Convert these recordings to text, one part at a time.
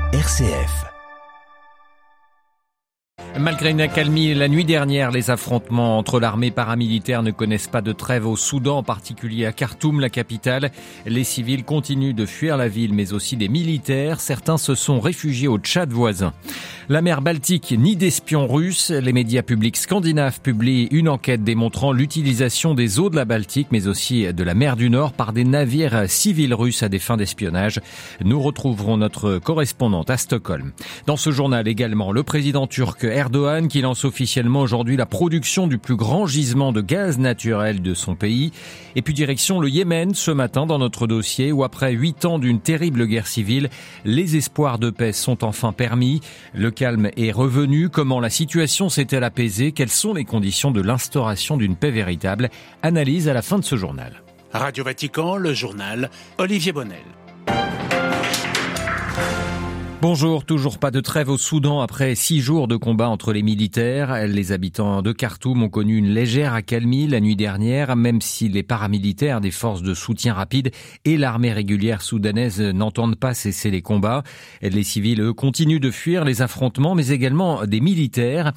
RCF. Malgré une accalmie la nuit dernière, les affrontements entre l'armée paramilitaire ne connaissent pas de trêve au Soudan, en particulier à Khartoum, la capitale. Les civils continuent de fuir la ville, mais aussi des militaires. Certains se sont réfugiés au Tchad voisin. La mer Baltique, nid d'espions russes. Les médias publics scandinaves publient une enquête démontrant l'utilisation des eaux de la Baltique, mais aussi de la mer du Nord, par des navires civils russes à des fins d'espionnage. Nous retrouverons notre correspondante à Stockholm. Dans ce journal également, le président turc Erdogan qui lance officiellement aujourd'hui la production du plus grand gisement de gaz naturel de son pays. Et puis direction le Yémen ce matin dans notre dossier où après 8 ans d'une terrible guerre civile, les espoirs de paix sont enfin permis. Le calme est revenu. Comment la situation s'est-elle apaisée? Quelles sont les conditions de l'instauration d'une paix véritable? Analyse à la fin de ce journal. Radio Vatican, le journal, Olivier Bonnel. Bonjour, toujours pas de trêve au Soudan après 6 jours de combat entre les militaires. Les habitants de Khartoum ont connu une légère accalmie la nuit dernière, même si les paramilitaires des forces de soutien rapide et l'armée régulière soudanaise n'entendent pas cesser les combats. Les civils, eux, continuent de fuir les affrontements, mais également des militaires.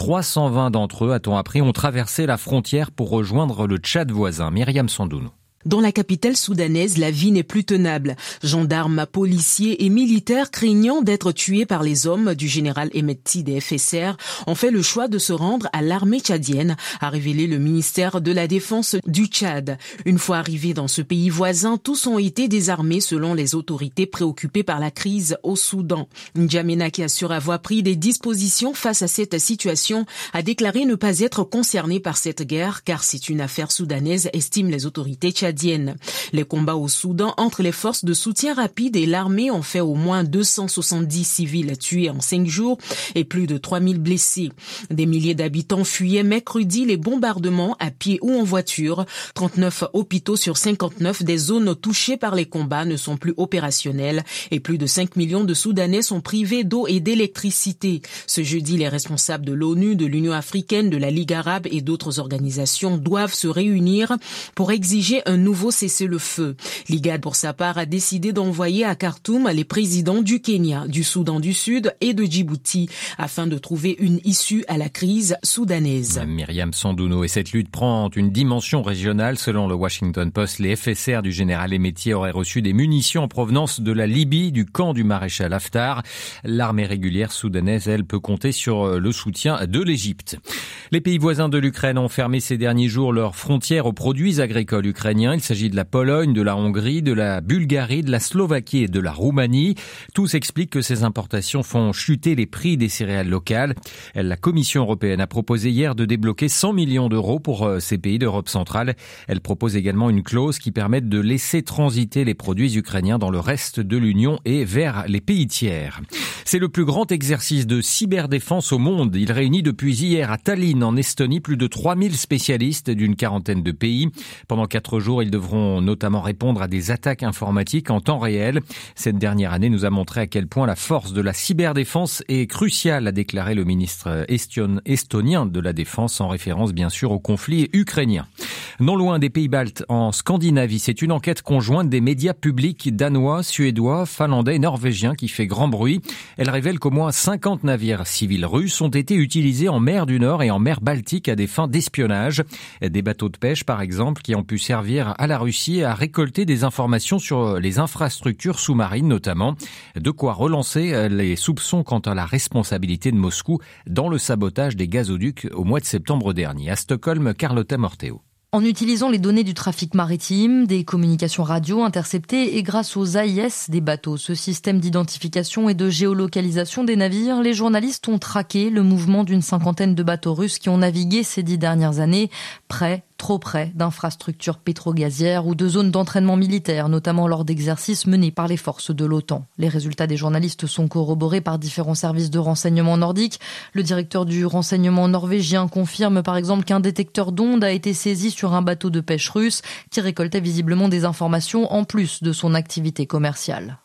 320 d'entre eux, a-t-on appris, ont traversé la frontière pour rejoindre le Tchad voisin. Myriam Sandounou. Dans la capitale soudanaise, la vie n'est plus tenable. Gendarmes, policiers et militaires craignant d'être tués par les hommes du général Hemedti des FSR ont fait le choix de se rendre à l'armée tchadienne, a révélé le ministère de la Défense du Tchad. Une fois arrivés dans ce pays voisin, tous ont été désarmés selon les autorités préoccupées par la crise au Soudan. N'Djamena, qui assure avoir pris des dispositions face à cette situation, a déclaré ne pas être concerné par cette guerre car c'est une affaire soudanaise, estiment les autorités tchadiennes. Les combats au Soudan entre les forces de soutien rapide et l'armée ont fait au moins 270 civils tués en 5 jours et plus de 3000 blessés. Des milliers d'habitants fuyaient mercredi les bombardements à pied ou en voiture. 39 hôpitaux sur 59 des zones touchées par les combats ne sont plus opérationnels et plus de 5 millions de Soudanais sont privés d'eau et d'électricité. Ce jeudi, les responsables de l'ONU, de l'Union africaine, de la Ligue arabe et d'autres organisations doivent se réunir pour exiger un nouveau cessez-le-feu. L'IGAD, pour sa part, a décidé d'envoyer à Khartoum les présidents du Kenya, du Soudan du Sud et de Djibouti afin de trouver une issue à la crise soudanaise. Myriam Sandounou, et cette lutte prend une dimension régionale. Selon le Washington Post, les FSR du général Hemedti auraient reçu des munitions en provenance de la Libye, du camp du maréchal Haftar. L'armée régulière soudanaise, elle, peut compter sur le soutien de l'Égypte. Les pays voisins de l'Ukraine ont fermé ces derniers jours leurs frontières aux produits agricoles ukrainiens. Il s'agit de la Pologne, de la Hongrie, de la Bulgarie, de la Slovaquie et de la Roumanie. Tout s'explique que ces importations font chuter les prix des céréales locales. La Commission européenne a proposé hier de débloquer 100 millions d'euros pour ces pays d'Europe centrale. Elle propose également une clause qui permette de laisser transiter les produits ukrainiens dans le reste de l'Union et vers les pays tiers. C'est le plus grand exercice de cyberdéfense au monde. Il réunit depuis hier à Tallinn, en Estonie, plus de 3000 spécialistes d'une quarantaine de pays. Pendant 4 jours, ils devront notamment répondre à des attaques informatiques en temps réel. Cette dernière année nous a montré à quel point la force de la cyberdéfense est cruciale, a déclaré le ministre estonien de la Défense, en référence bien sûr au conflit ukrainien. Non loin des pays baltes, en Scandinavie, c'est une enquête conjointe des médias publics danois, suédois, finlandais et norvégiens qui fait grand bruit. Elle révèle qu'au moins 50 navires civils russes ont été utilisés en mer du Nord et en mer Baltique à des fins d'espionnage. Des bateaux de pêche, par exemple, qui ont pu servir à la Russie à récolter des informations sur les infrastructures sous-marines notamment. De quoi relancer les soupçons quant à la responsabilité de Moscou dans le sabotage des gazoducs au mois de septembre dernier. À Stockholm, Carlotta Morteo. En utilisant les données du trafic maritime, des communications radio interceptées et grâce aux AIS des bateaux, ce système d'identification et de géolocalisation des navires, les journalistes ont traqué le mouvement d'une 50aine de bateaux russes qui ont navigué ces 10 dernières années, trop près d'infrastructures pétro-gazières ou de zones d'entraînement militaire, notamment lors d'exercices menés par les forces de l'OTAN. Les résultats des journalistes sont corroborés par différents services de renseignement nordiques. Le directeur du renseignement norvégien confirme par exemple qu'un détecteur d'ondes a été saisi sur un bateau de pêche russe qui récoltait visiblement des informations en plus de son activité commerciale.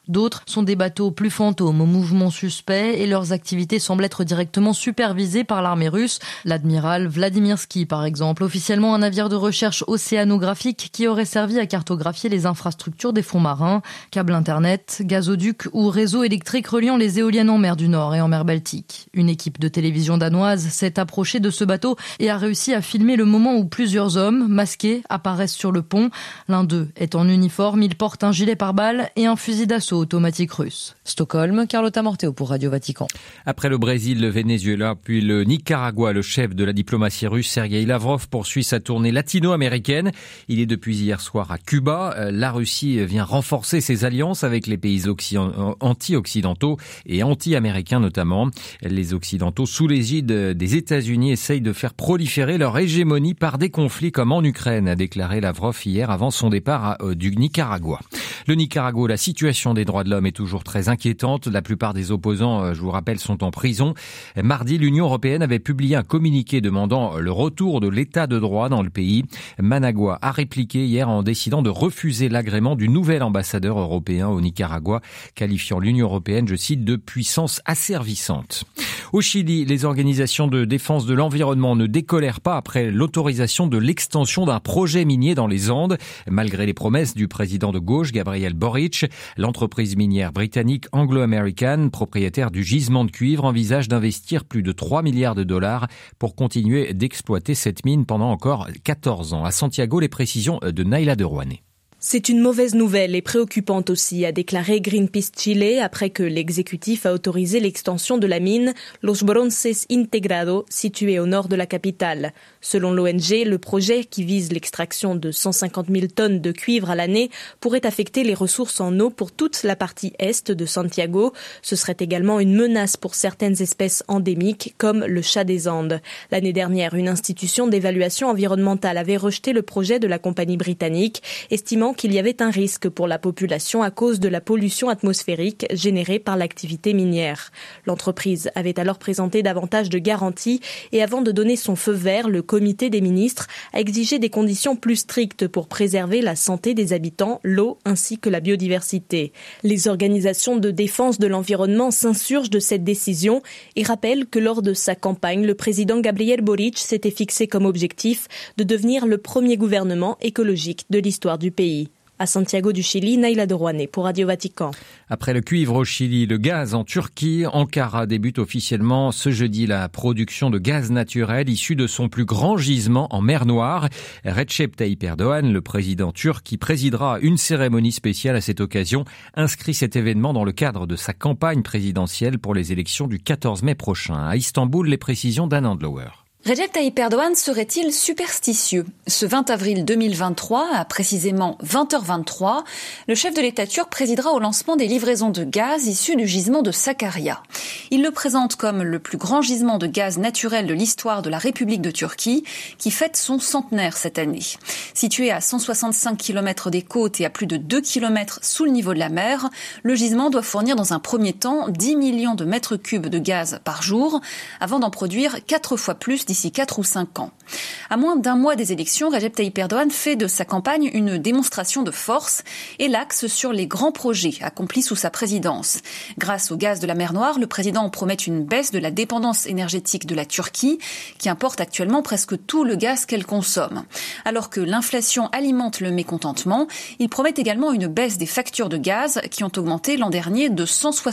D'autres sont des bateaux plus fantômes aux mouvements suspects et leurs activités semblent être directement supervisées par l'armée russe. L'admiral Vladimirsky, par exemple, officiellement un navire de recherche océanographique qui aurait servi à cartographier les infrastructures des fonds marins, câbles internet, gazoducs ou réseaux électriques reliant les éoliennes en mer du Nord et en mer Baltique. Une équipe de télévision danoise s'est approchée de ce bateau et a réussi à filmer le moment où plusieurs hommes, masqués, apparaissent sur le pont. L'un d'eux est en uniforme, il porte un gilet pare-balles et un fusil d'assaut automatique russe. Stockholm, Carlotta Morteo pour Radio Vatican. Après le Brésil, le Venezuela, puis le Nicaragua, le chef de la diplomatie russe, Sergueï Lavrov, poursuit sa tournée latino-américaine. Il est depuis hier soir à Cuba. La Russie vient renforcer ses alliances avec les pays anti-occidentaux et anti-américains notamment. Les Occidentaux, sous l'égide des États-Unis, essayent de faire proliférer leur hégémonie par des conflits comme en Ukraine, a déclaré Lavrov hier avant son départ du Nicaragua. Le Nicaragua, la situation des droits de l'homme est toujours très inquiétante. La plupart des opposants, je vous rappelle, sont en prison. Mardi, l'Union européenne avait publié un communiqué demandant le retour de l'état de droit dans le pays. Managua a répliqué hier en décidant de refuser l'agrément du nouvel ambassadeur européen au Nicaragua, qualifiant l'Union européenne, je cite, de puissance asservissante. Au Chili, les organisations de défense de l'environnement ne décolèrent pas après l'autorisation de l'extension d'un projet minier dans les Andes. Malgré les promesses du président de gauche, Gabriel Boric, l'entreprise minière britannique Anglo American, propriétaire du gisement de cuivre, envisage d'investir plus de 3 milliards de dollars pour continuer d'exploiter cette mine pendant encore 14 ans. À Santiago, les précisions de Naila de Rouanet. C'est une mauvaise nouvelle et préoccupante aussi, a déclaré Greenpeace Chile après que l'exécutif a autorisé l'extension de la mine Los Bronces Integrado, située au nord de la capitale. Selon l'ONG, le projet, qui vise l'extraction de 150 000 tonnes de cuivre à l'année, pourrait affecter les ressources en eau pour toute la partie est de Santiago. Ce serait également une menace pour certaines espèces endémiques, comme le chat des Andes. L'année dernière, une institution d'évaluation environnementale avait rejeté le projet de la compagnie britannique, estimant qu'il y avait un risque pour la population à cause de la pollution atmosphérique générée par l'activité minière. L'entreprise avait alors présenté davantage de garanties et avant de donner son feu vert, le comité des ministres a exigé des conditions plus strictes pour préserver la santé des habitants, l'eau ainsi que la biodiversité. Les organisations de défense de l'environnement s'insurgent de cette décision et rappellent que lors de sa campagne, le président Gabriel Boric s'était fixé comme objectif de devenir le premier gouvernement écologique de l'histoire du pays. À Santiago du Chili, Naila de Rouanet pour Radio Vatican. Après le cuivre au Chili, le gaz en Turquie, Ankara débute officiellement ce jeudi la production de gaz naturel issu de son plus grand gisement en mer Noire. Recep Tayyip Erdogan, le président turc, qui présidera une cérémonie spéciale à cette occasion, inscrit cet événement dans le cadre de sa campagne présidentielle pour les élections du 14 mai prochain. À Istanbul, les précisions d'Anne Andlauer. Recep Tayyip Erdogan serait-il superstitieux ? Ce 20 avril 2023, à précisément 20h23, le chef de l'État turc présidera au lancement des livraisons de gaz issus du gisement de Sakarya. Il le présente comme le plus grand gisement de gaz naturel de l'histoire de la République de Turquie, qui fête son centenaire cette année. Situé à 165 km des côtes et à plus de 2 km sous le niveau de la mer, le gisement doit fournir dans un premier temps 10 millions de mètres cubes de gaz par jour, avant d'en produire 4 fois plus d'ici 4 ou 5 ans. À moins d'un mois des élections, Recep Tayyip Erdogan fait de sa campagne une démonstration de force et l'axe sur les grands projets accomplis sous sa présidence. Grâce au gaz de la mer Noire, le président promet une baisse de la dépendance énergétique de la Turquie, qui importe actuellement presque tout le gaz qu'elle consomme. Alors que l'inflation alimente le mécontentement, il promet également une baisse des factures de gaz qui ont augmenté l'an dernier de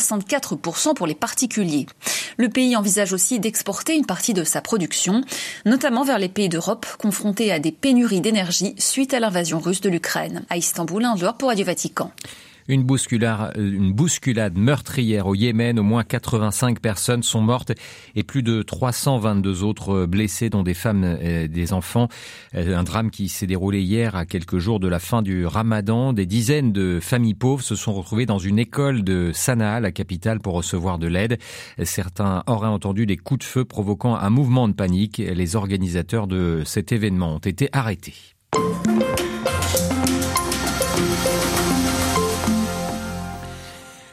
164% pour les particuliers. Le pays envisage aussi d'exporter une partie de sa production, notamment vers les pays d'Europe confrontés à des pénuries d'énergie suite à l'invasion russe de l'Ukraine. À Istanbul, en dehors pour Radio Vatican. Une bousculade meurtrière au Yémen. Au moins 85 personnes sont mortes et plus de 322 autres blessés, dont des femmes et des enfants. Un drame qui s'est déroulé hier à quelques jours de la fin du Ramadan. Des dizaines de familles pauvres se sont retrouvées dans une école de Sanaa, la capitale, pour recevoir de l'aide. Certains auraient entendu des coups de feu provoquant un mouvement de panique. Les organisateurs de cet événement ont été arrêtés.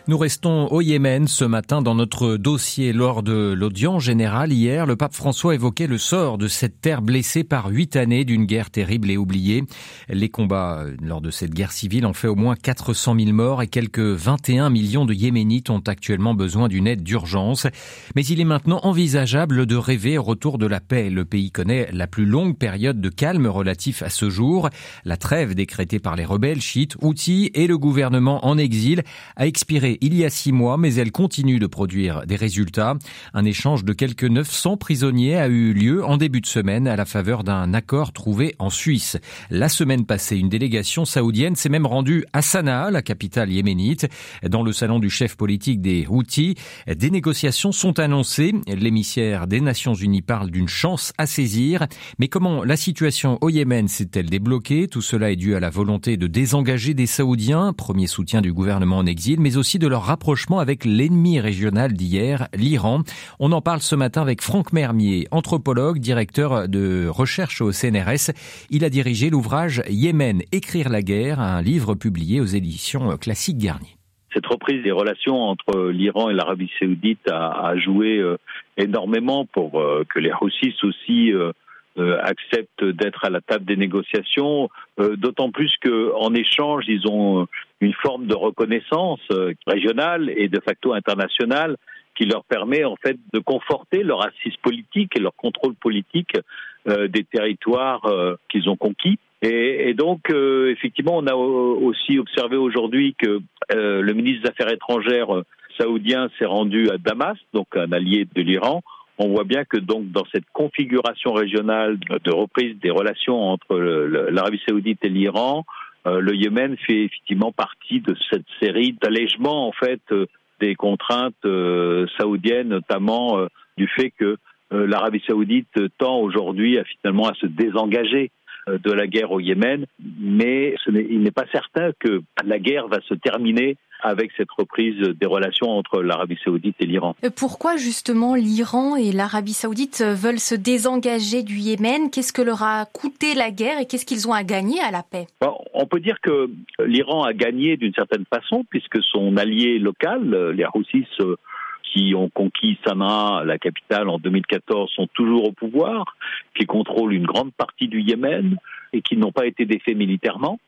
Nous restons au Yémen ce matin dans notre dossier. Lors de l'audience générale hier, le pape François évoquait le sort de cette terre blessée par 8 années d'une guerre terrible et oubliée. Les combats lors de cette guerre civile ont fait au moins 400 000 morts et quelques 21 millions de Yéménites ont actuellement besoin d'une aide d'urgence. Mais il est maintenant envisageable de rêver au retour de la paix. Le pays connaît la plus longue période de calme relatif à ce jour. La trêve décrétée par les rebelles chiites Houthis et le gouvernement en exil a expiré il y a 6 mois, mais elle continue de produire des résultats. Un échange de quelques 900 prisonniers a eu lieu en début de semaine à la faveur d'un accord trouvé en Suisse. La semaine passée, une délégation saoudienne s'est même rendue à Sanaa, la capitale yéménite. Dans le salon du chef politique des Houthis, des négociations sont annoncées. L'émissaire des Nations Unies parle d'une chance à saisir. Mais comment la situation au Yémen s'est-elle débloquée? Tout cela est dû à la volonté de désengager des Saoudiens, premier soutien du gouvernement en exil, mais aussi de leur rapprochement avec l'ennemi régional d'hier, l'Iran. On en parle ce matin avec Franck Mermier, anthropologue, directeur de recherche au CNRS. Il a dirigé l'ouvrage Yémen, écrire la guerre, un livre publié aux éditions Classique Garnier. Cette reprise des relations entre l'Iran et l'Arabie Saoudite a joué énormément pour que les Houthis aussi acceptent d'être à la table des négociations, d'autant plus qu'en échange, ils ont une forme de reconnaissance régionale et de facto internationale qui leur permet en fait de conforter leur assise politique et leur contrôle politique des territoires qu'ils ont conquis. Et donc, effectivement, on a aussi observé aujourd'hui que le ministre des Affaires étrangères saoudien s'est rendu à Damas, donc un allié de l'Iran. On voit bien que donc dans cette configuration régionale de reprise des relations entre l'Arabie Saoudite et l'Iran, le Yémen fait effectivement partie de cette série d'allègements en fait des contraintes saoudiennes, notamment du fait que l'Arabie Saoudite tend aujourd'hui finalement à se désengager de la guerre au Yémen, mais il n'est pas certain que la guerre va se terminer avec cette reprise des relations entre l'Arabie Saoudite et l'Iran. Pourquoi justement l'Iran et l'Arabie Saoudite veulent se désengager du Yémen? Qu'est-ce que leur a coûté la guerre et qu'est-ce qu'ils ont à gagner à la paix? On peut dire que l'Iran a gagné d'une certaine façon puisque son allié local, les Houthis, qui ont conquis Sanaa, la capitale, en 2014, sont toujours au pouvoir, qui contrôlent une grande partie du Yémen et qui n'ont pas été défaits militairement.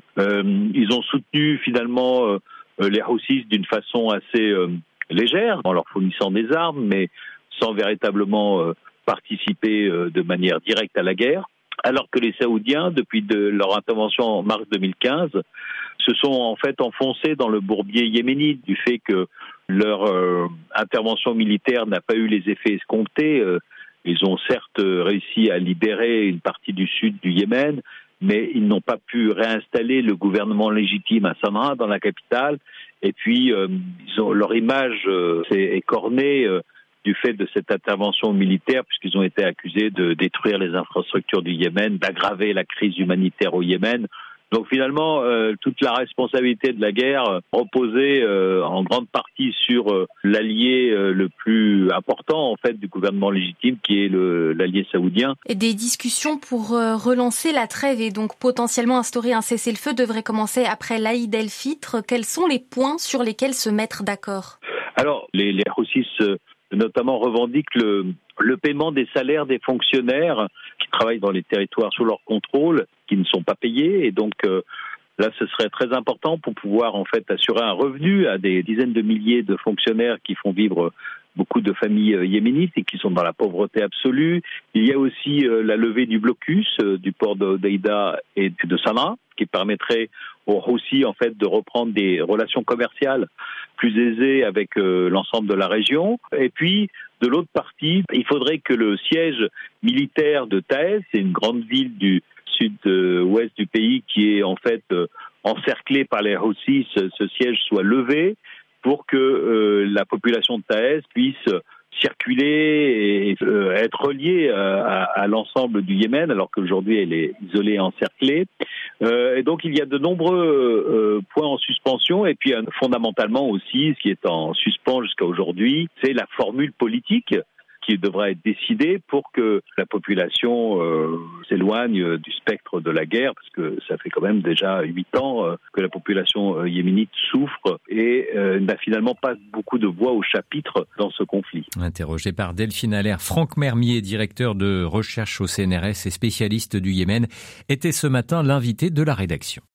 Ils ont soutenu finalement les Houthis d'une façon assez légère, en leur fournissant des armes, mais sans véritablement participer de manière directe à la guerre. Alors que les Saoudiens, depuis leur intervention en mars 2015, se sont en fait enfoncés dans le bourbier yéménite du fait que leur intervention militaire n'a pas eu les effets escomptés. Ils ont certes réussi à libérer une partie du sud du Yémen, mais ils n'ont pas pu réinstaller le gouvernement légitime à Sanaa, dans la capitale. Et puis, leur image s'est écornée du fait de cette intervention militaire, puisqu'ils ont été accusés de détruire les infrastructures du Yémen, d'aggraver la crise humanitaire au Yémen. Donc finalement, toute la responsabilité de la guerre reposait en grande partie sur l'allié le plus important en fait du gouvernement légitime, qui est l'allié saoudien. Et des discussions pour relancer la trêve et donc potentiellement instaurer un cessez-le-feu devraient commencer après l'Aïd el-Fitr. Quels sont les points sur lesquels se mettre d'accord? Alors, les Houthis notamment revendiquent le paiement des salaires des fonctionnaires qui travaillent dans les territoires sous leur contrôle, qui ne sont pas payés. Et donc là, ce serait très important pour pouvoir en fait assurer un revenu à des dizaines de milliers de fonctionnaires qui font vivre beaucoup de familles yéménites et qui sont dans la pauvreté absolue. Il y a aussi la levée du blocus du port d'Hodeïda et de Sanaa, qui permettrait aux Houthis en fait de reprendre des relations commerciales plus aisées avec l'ensemble de la région. Et puis, de l'autre partie, il faudrait que le siège militaire de Taïs, c'est une grande ville du sud-ouest du pays qui est en fait encerclée par les Houthis, ce siège soit levé pour que la population de Taïs puisse circuler et être reliée à l'ensemble du Yémen, alors qu'aujourd'hui elle est isolée et encerclée. Et donc il y a de nombreux points en suspension, et puis fondamentalement aussi, ce qui est en suspens jusqu'à aujourd'hui, c'est la formule politique qui devra être décidé pour que la population s'éloigne du spectre de la guerre, parce que ça fait quand même déjà 8 ans que la population yéménite souffre et n'a finalement pas beaucoup de voix au chapitre dans ce conflit. Interrogé par Delphine Allaire, Franck Mermier, directeur de recherche au CNRS et spécialiste du Yémen, était ce matin l'invité de la rédaction.